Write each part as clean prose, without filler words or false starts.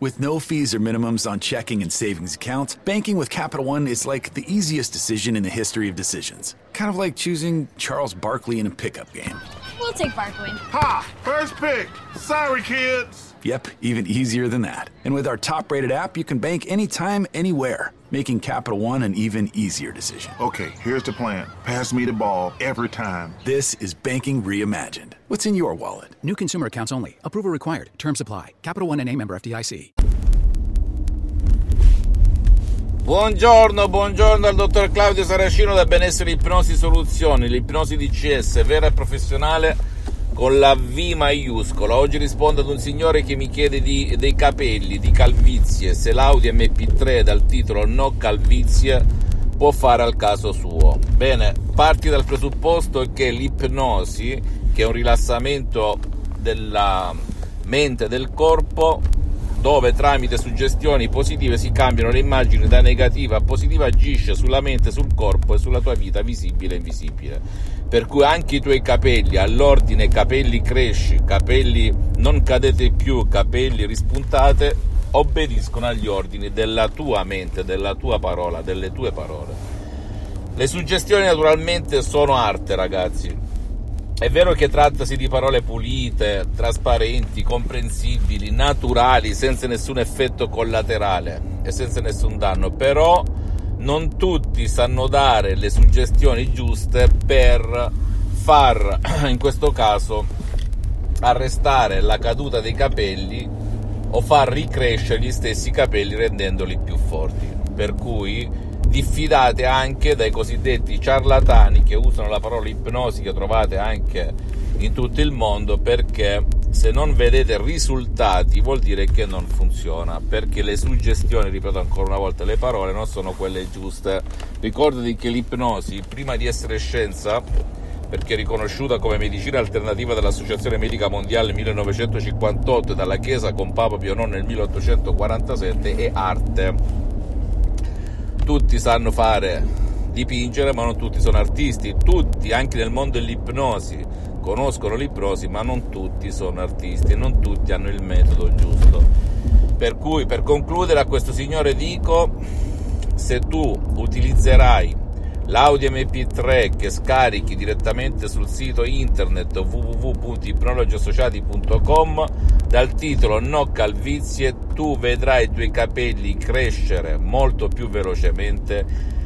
With no fees or minimums on checking and savings accounts, banking with Capital One is like the easiest decision in the history of decisions. Kind of like choosing Charles Barkley in a pickup game. We'll take Barkley. Ha! First pick. Sorry, kids. Yep, even easier than that. And with our top-rated app, you can bank anytime, anywhere, making Capital One an even easier decision. Okay, here's the plan. Pass me the ball every time. This is banking reimagined. What's in your wallet? New consumer accounts only. Approval required. Terms apply. Capital One N.A. member FDIC. Buongiorno al dottor Claudio Saracino da Benessere Ipnosi Soluzioni, l'ipnosi DCS vera e professionale con la V maiuscola. Oggi rispondo ad un signore che mi chiede dei capelli, di calvizie, se l'Audi MP3 dal titolo No calvizie può fare al caso suo. Bene, parti dal presupposto che l'ipnosi, che è un rilassamento della mente e del corpo, dove tramite suggestioni positive si cambiano le immagini da negativa a positiva, agisce sulla mente, sul corpo e sulla tua vita visibile e invisibile. Per cui anche i tuoi capelli, all'ordine capelli cresci, capelli non cadete più, capelli rispuntate, obbediscono agli ordini della tua mente, della tua parola, delle tue parole. Le suggestioni naturalmente sono arte, ragazzi. È vero che trattasi di parole pulite, trasparenti, comprensibili, naturali, senza nessun effetto collaterale e senza nessun danno, però non tutti sanno dare le suggestioni giuste per far, in questo caso, arrestare la caduta dei capelli o far ricrescere gli stessi capelli rendendoli più forti. Per cui diffidate anche dai cosiddetti ciarlatani che usano la parola ipnosi, che trovate anche in tutto il mondo, perché se non vedete risultati vuol dire che non funziona, perché le suggestioni, ripeto ancora una volta, le parole non sono quelle giuste. Ricordati che l'ipnosi, prima di essere scienza, perché è riconosciuta come medicina alternativa dall'Associazione Medica Mondiale nel 1958 e dalla Chiesa con Papa Pio IX nel 1847, è arte. Tutti sanno dipingere, ma non tutti sono artisti. Tutti, anche nel mondo dell'ipnosi, conoscono l'ipnosi, ma non tutti sono artisti e non tutti hanno il metodo giusto. Per cui, per concludere, a questo signore dico: se tu utilizzerai l'Audi MP3 che scarichi direttamente sul sito internet www.ipnologiassociati.com dal titolo No calvizie, tu vedrai i tuoi capelli crescere molto più velocemente,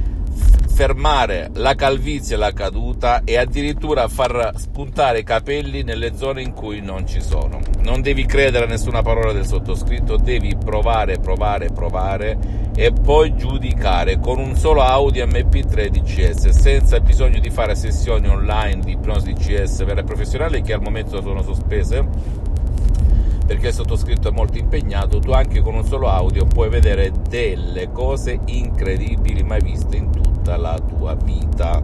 fermare la calvizie e la caduta e addirittura far spuntare i capelli nelle zone in cui non ci sono. Non devi credere a nessuna parola del sottoscritto, devi provare e poi giudicare con un solo Audi MP3 DCS, senza bisogno di fare sessioni online di ipnosi DCS vera e professionale, che al momento sono sospese perché il sottoscritto è molto impegnato. Tu anche con un solo audio puoi vedere delle cose incredibili mai viste in tutta la tua vita,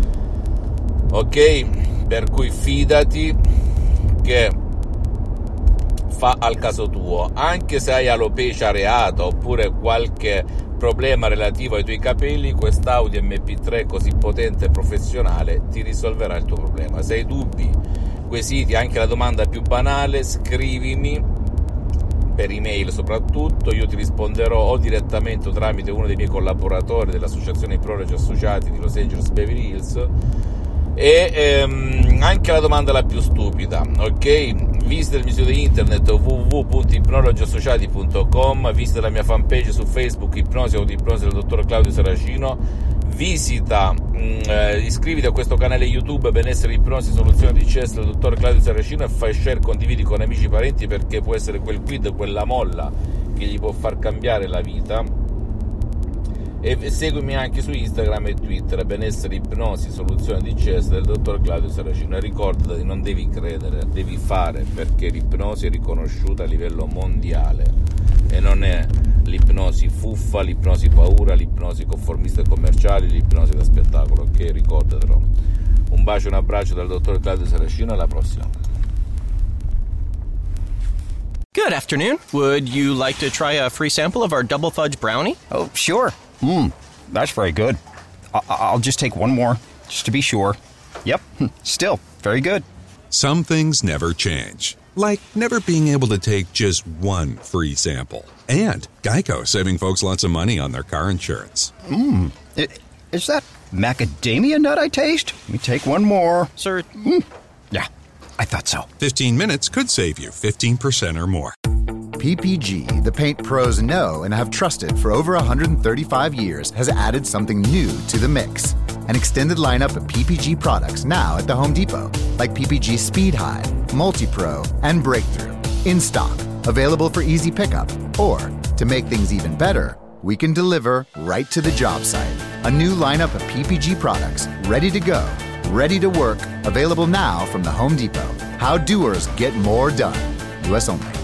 ok? Per cui fidati che fa al caso tuo. Anche se hai alopecia areata oppure qualche problema relativo ai tuoi capelli, quest'Audi MP3 così potente e professionale ti risolverà il tuo problema. Se hai dubbi, quesiti, anche la domanda più banale, scrivimi per email soprattutto, io ti risponderò o direttamente o tramite uno dei miei collaboratori dell'Associazione Ipnologi Associati di Los Angeles Beverly Hills, e anche la domanda la più stupida, ok? Visita il mio sito internet www.ipnologiassociati.com, visita la mia fanpage su Facebook Ipnosi Autoipnosi del dottor Claudio Saracino, iscriviti a questo canale YouTube Benessere Ipnosi Soluzione DCS del dottor Claudio Saracino e fai share, condividi con amici e parenti, perché può essere quel quid, quella molla che gli può far cambiare la vita. E seguimi anche su Instagram e Twitter Benessere Ipnosi Soluzione DCS del dottor Claudio Saracino, e ricordati, non devi credere, devi fare, perché l'ipnosi è riconosciuta a livello mondiale e non è l'ipnosi fuffa, l'ipnosi paura, l'ipnosi conformista e commerciale, l'ipnosi da spettacolo, ok? Ricordatelo. Un bacio e un abbraccio dal dottor Claudio Saracino, alla prossima. Good afternoon. Would you like to try a free sample of our double fudge brownie? Oh, sure. That's very good. I'll just take one more, just to be sure. Yep, still very good. Some things never change, like never being able to take just one free sample. And Geico, saving folks lots of money on their car insurance. Is that macadamia nut I taste? Let me take one more. Sir. Yeah, I thought so. 15 minutes could save you 15% or more. PPG, the paint pros know and have trusted for over 135 years, has added something new to the mix. An extended lineup of PPG products now at the Home Depot, like PPG Speed High, Multi-Pro, and Breakthrough. In stock, available for easy pickup. Or, to make things even better, we can deliver right to the job site. A new lineup of PPG products, ready to go, ready to work, available now from the Home Depot. How doers get more done. U.S. only.